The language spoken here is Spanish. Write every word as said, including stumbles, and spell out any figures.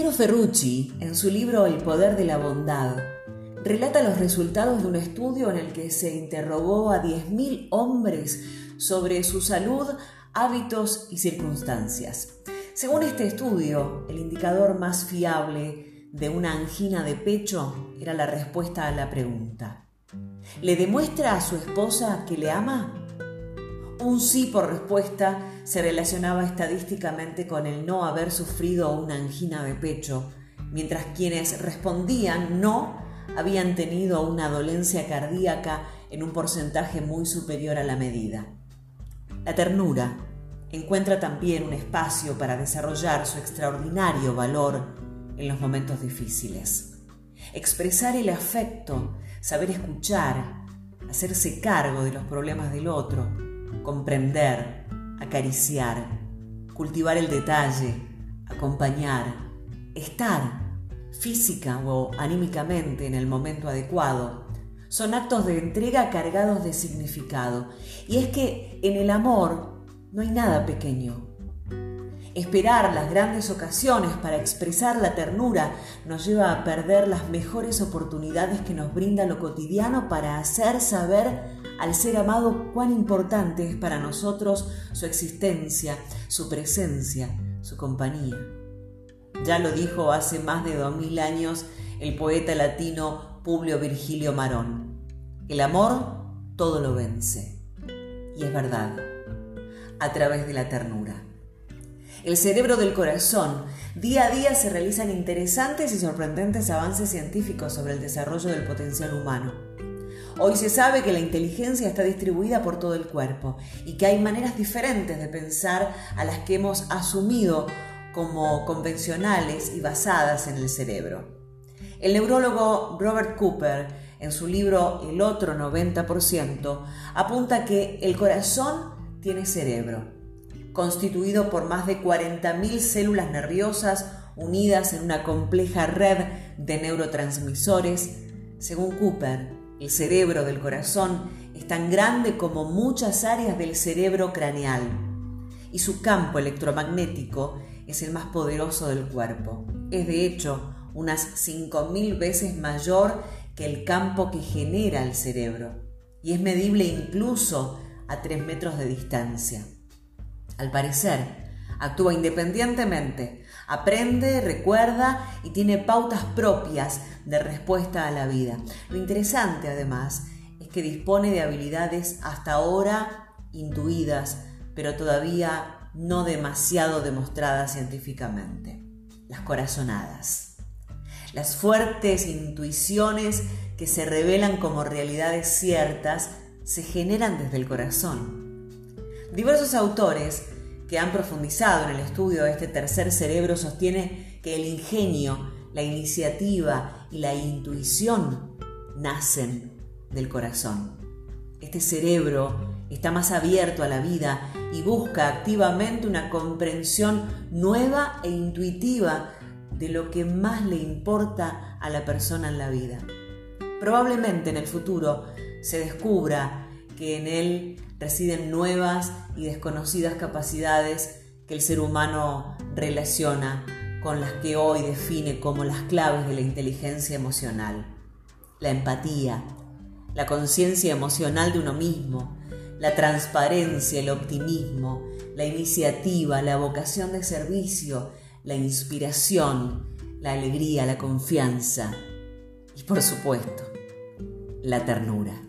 Luciano Ferrucci, en su libro El poder de la bondad, relata los resultados de un estudio en el que se interrogó a diez mil hombres sobre su salud, hábitos y circunstancias. Según este estudio, el indicador más fiable de una angina de pecho era la respuesta a la pregunta: ¿le demuestra a su esposa que le ama? Un sí por respuesta se relacionaba estadísticamente con el no haber sufrido una angina de pecho, mientras quienes respondían no habían tenido una dolencia cardíaca en un porcentaje muy superior a la medida. La ternura encuentra también un espacio para desarrollar su extraordinario valor en los momentos difíciles. Expresar el afecto, saber escuchar, hacerse cargo de los problemas del otro, comprender, acariciar, cultivar el detalle, acompañar, estar física o anímicamente en el momento adecuado, son actos de entrega cargados de significado. Y es que en el amor no hay nada pequeño. Esperar las grandes ocasiones para expresar la ternura nos lleva a perder las mejores oportunidades que nos brinda lo cotidiano para hacer saber al ser amado cuán importante es para nosotros su existencia, su presencia, su compañía. Ya lo dijo hace más de dos mil años el poeta latino Publio Virgilio Marón: el amor todo lo vence. Y es verdad, a través de la ternura. El cerebro del corazón. Día a día se realizan interesantes y sorprendentes avances científicos sobre el desarrollo del potencial humano. Hoy se sabe que la inteligencia está distribuida por todo el cuerpo y que hay maneras diferentes de pensar a las que hemos asumido como convencionales y basadas en el cerebro. El neurólogo Robert Cooper, en su libro El otro noventa por ciento, apunta que el corazón tiene cerebro, constituido por más de cuarenta mil células nerviosas unidas en una compleja red de neurotransmisores. Según Cooper, el cerebro del corazón es tan grande como muchas áreas del cerebro craneal y su campo electromagnético es el más poderoso del cuerpo. Es de hecho unas cinco mil veces mayor que el campo que genera el cerebro y es medible incluso a tres metros de distancia. Al parecer, actúa independientemente, aprende, recuerda y tiene pautas propias de respuesta a la vida. Lo interesante, además, es que dispone de habilidades hasta ahora intuidas, pero todavía no demasiado demostradas científicamente: las corazonadas. Las fuertes intuiciones que se revelan como realidades ciertas se generan desde el corazón. Diversos autores que han profundizado en el estudio de este tercer cerebro sostienen que el ingenio, la iniciativa y la intuición nacen del corazón. Este cerebro está más abierto a la vida y busca activamente una comprensión nueva e intuitiva de lo que más le importa a la persona en la vida. Probablemente en el futuro se descubra que en él residen nuevas y desconocidas capacidades que el ser humano relaciona con las que hoy define como las claves de la inteligencia emocional: la empatía, la conciencia emocional de uno mismo, la transparencia, el optimismo, la iniciativa, la vocación de servicio, la inspiración, la alegría, la confianza y, por supuesto, la ternura.